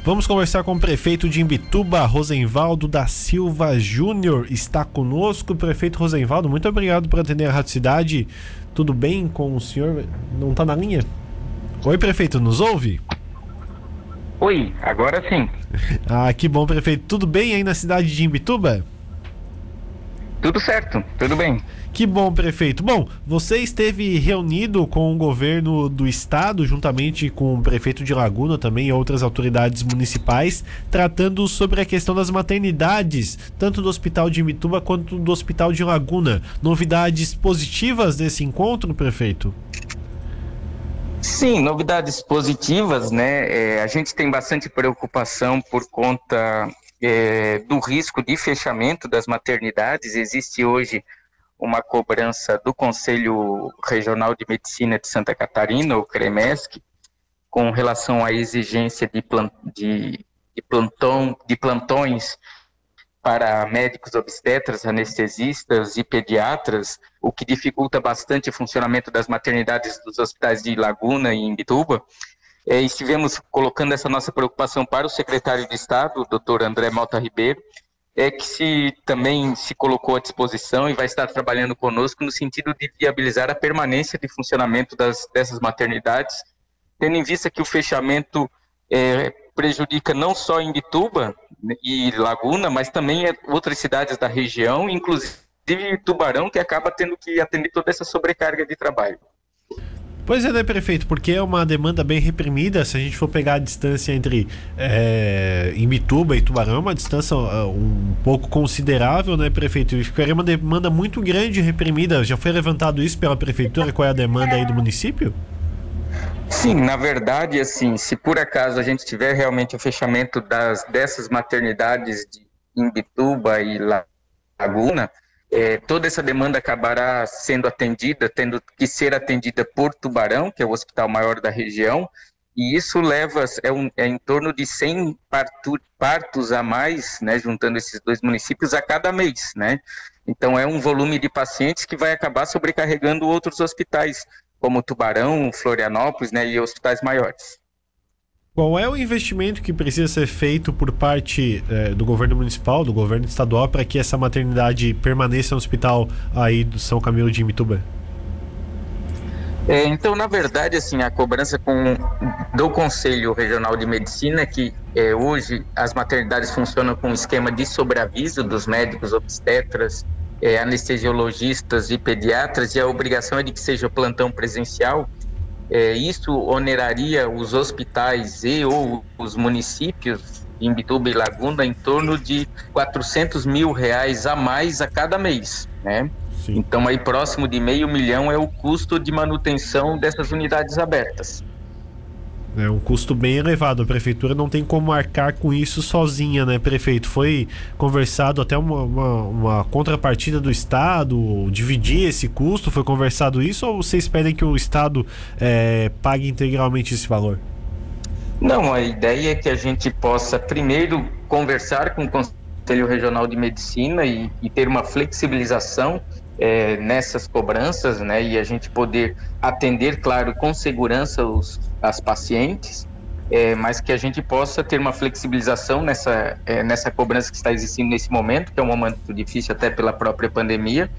Vamos conversar com o prefeito de Imbituba, Rosenvaldo da Silva Júnior, está conosco. Prefeito Rosenvaldo, muito obrigado por atender a Rádio Cidade. Tudo bem com o senhor? Não está na linha? Oi, prefeito, nos ouve? Oi, agora sim. Ah, que bom, prefeito. Tudo bem aí na cidade de Imbituba? Tudo certo, tudo bem. Que bom, prefeito. Bom, você esteve reunido com o governo do estado, juntamente com o prefeito de Laguna também e outras autoridades municipais, tratando sobre a questão das maternidades, tanto do hospital de Imbituba quanto do hospital de Laguna. Novidades positivas desse encontro, prefeito? Sim, novidades positivas, né? A gente tem bastante preocupação por conta do risco de fechamento das maternidades. Existe hoje uma cobrança do Conselho Regional de Medicina de Santa Catarina, o CREMESC, com relação à exigência de plantões para médicos obstetras, anestesistas e pediatras, o que dificulta bastante o funcionamento das maternidades dos hospitais de Laguna e Imbituba. Estivemos colocando essa nossa preocupação para o secretário de Estado, o doutor André Malta Ribeiro, que também se colocou à disposição e vai estar trabalhando conosco no sentido de viabilizar a permanência de funcionamento dessas maternidades, tendo em vista que o fechamento prejudica não só Imbituba e Laguna, mas também outras cidades da região, inclusive Tubarão, que acaba tendo que atender toda essa sobrecarga de trabalho. Pois é, né, prefeito? Porque é uma demanda bem reprimida. Se a gente for pegar a distância entre Imbituba e Tubarão, é uma distância um pouco considerável, né, prefeito? E ficaria uma demanda muito grande e reprimida. Já foi levantado isso pela prefeitura? Qual é a demanda aí do município? Sim, na verdade, assim, se por acaso a gente tiver realmente o fechamento dessas maternidades de Imbituba e Laguna, toda essa demanda acabará sendo atendida, tendo que ser atendida por Tubarão, que é o hospital maior da região, e isso leva, em torno de 100 partos a mais, né, juntando esses dois municípios a cada mês, né? Então é um volume de pacientes que vai acabar sobrecarregando outros hospitais, como Tubarão, Florianópolis, né, e hospitais maiores. Qual é o investimento que precisa ser feito por parte do governo municipal, do governo estadual, para que essa maternidade permaneça no hospital aí do São Camilo de Imbituba? Então, na verdade, assim, a cobrança do Conselho Regional de Medicina, que hoje as maternidades funcionam com um esquema de sobreaviso dos médicos obstetras, anestesiologistas e pediatras, e a obrigação é de que seja plantão presencial. Isso oneraria os hospitais ou os municípios de Imbituba e Laguna em torno de R$400 mil a mais a cada mês, né? Sim. Então aí próximo de R$500 mil é o custo de manutenção dessas unidades abertas. É um custo bem elevado. A prefeitura não tem como arcar com isso sozinha, né, prefeito? Foi conversado até uma contrapartida do Estado, dividir esse custo, foi conversado isso, ou vocês pedem que o Estado pague integralmente esse valor? Não, a ideia é que a gente possa primeiro conversar com o Conselho Regional de Medicina e ter uma flexibilização nessas cobranças, né, e a gente poder atender, claro, com segurança as pacientes, mas que a gente possa ter uma flexibilização nessa cobrança que está existindo nesse momento, que é um momento difícil até pela própria pandemia,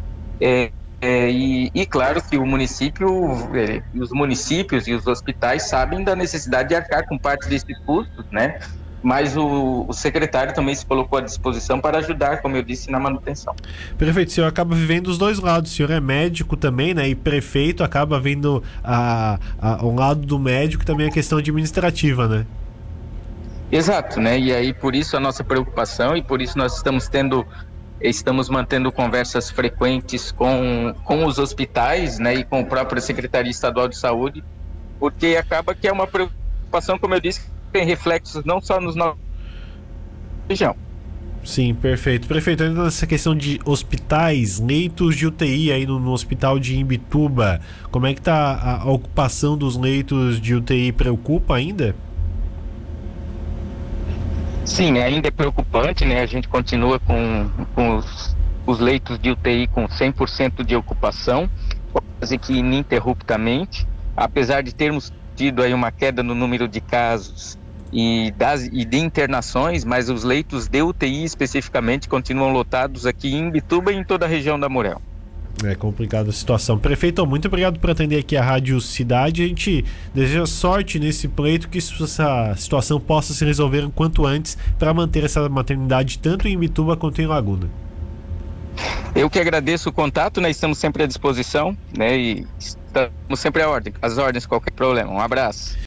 e claro que o município, os municípios e os hospitais sabem da necessidade de arcar com parte desses custos, né? Mas o secretário também se colocou à disposição para ajudar, como eu disse, na manutenção. Prefeito, o senhor acaba vivendo os dois lados. O senhor é médico também, né? E prefeito acaba vendo um lado do médico também a questão administrativa, né? Exato, né? E aí por isso a nossa preocupação, e por isso nós estamos mantendo conversas frequentes com os hospitais, né? E com a própria Secretaria Estadual de Saúde, porque acaba que é uma preocupação, como eu disse, tem reflexos não só nos nossos região. Sim, perfeito. Prefeito, ainda nessa questão de hospitais, leitos de UTI aí no hospital de Imbituba, como é que está a ocupação dos leitos de UTI? Preocupa ainda? Sim, ainda é preocupante, né? A gente continua com os leitos de UTI com 100% de ocupação, quase que ininterruptamente, apesar de termos tido aí uma queda no número de casos e de internações, mas os leitos de UTI especificamente continuam lotados aqui em Imbituba e em toda a região da Murel. É complicada a situação. Prefeito, muito obrigado por atender aqui a Rádio Cidade. A gente deseja sorte nesse pleito, que essa situação possa se resolver o quanto antes para manter essa maternidade tanto em Imbituba quanto em Laguna. Eu que agradeço o contato, né? Estamos sempre à disposição, né? E estamos sempre às ordens, qualquer problema. Um abraço.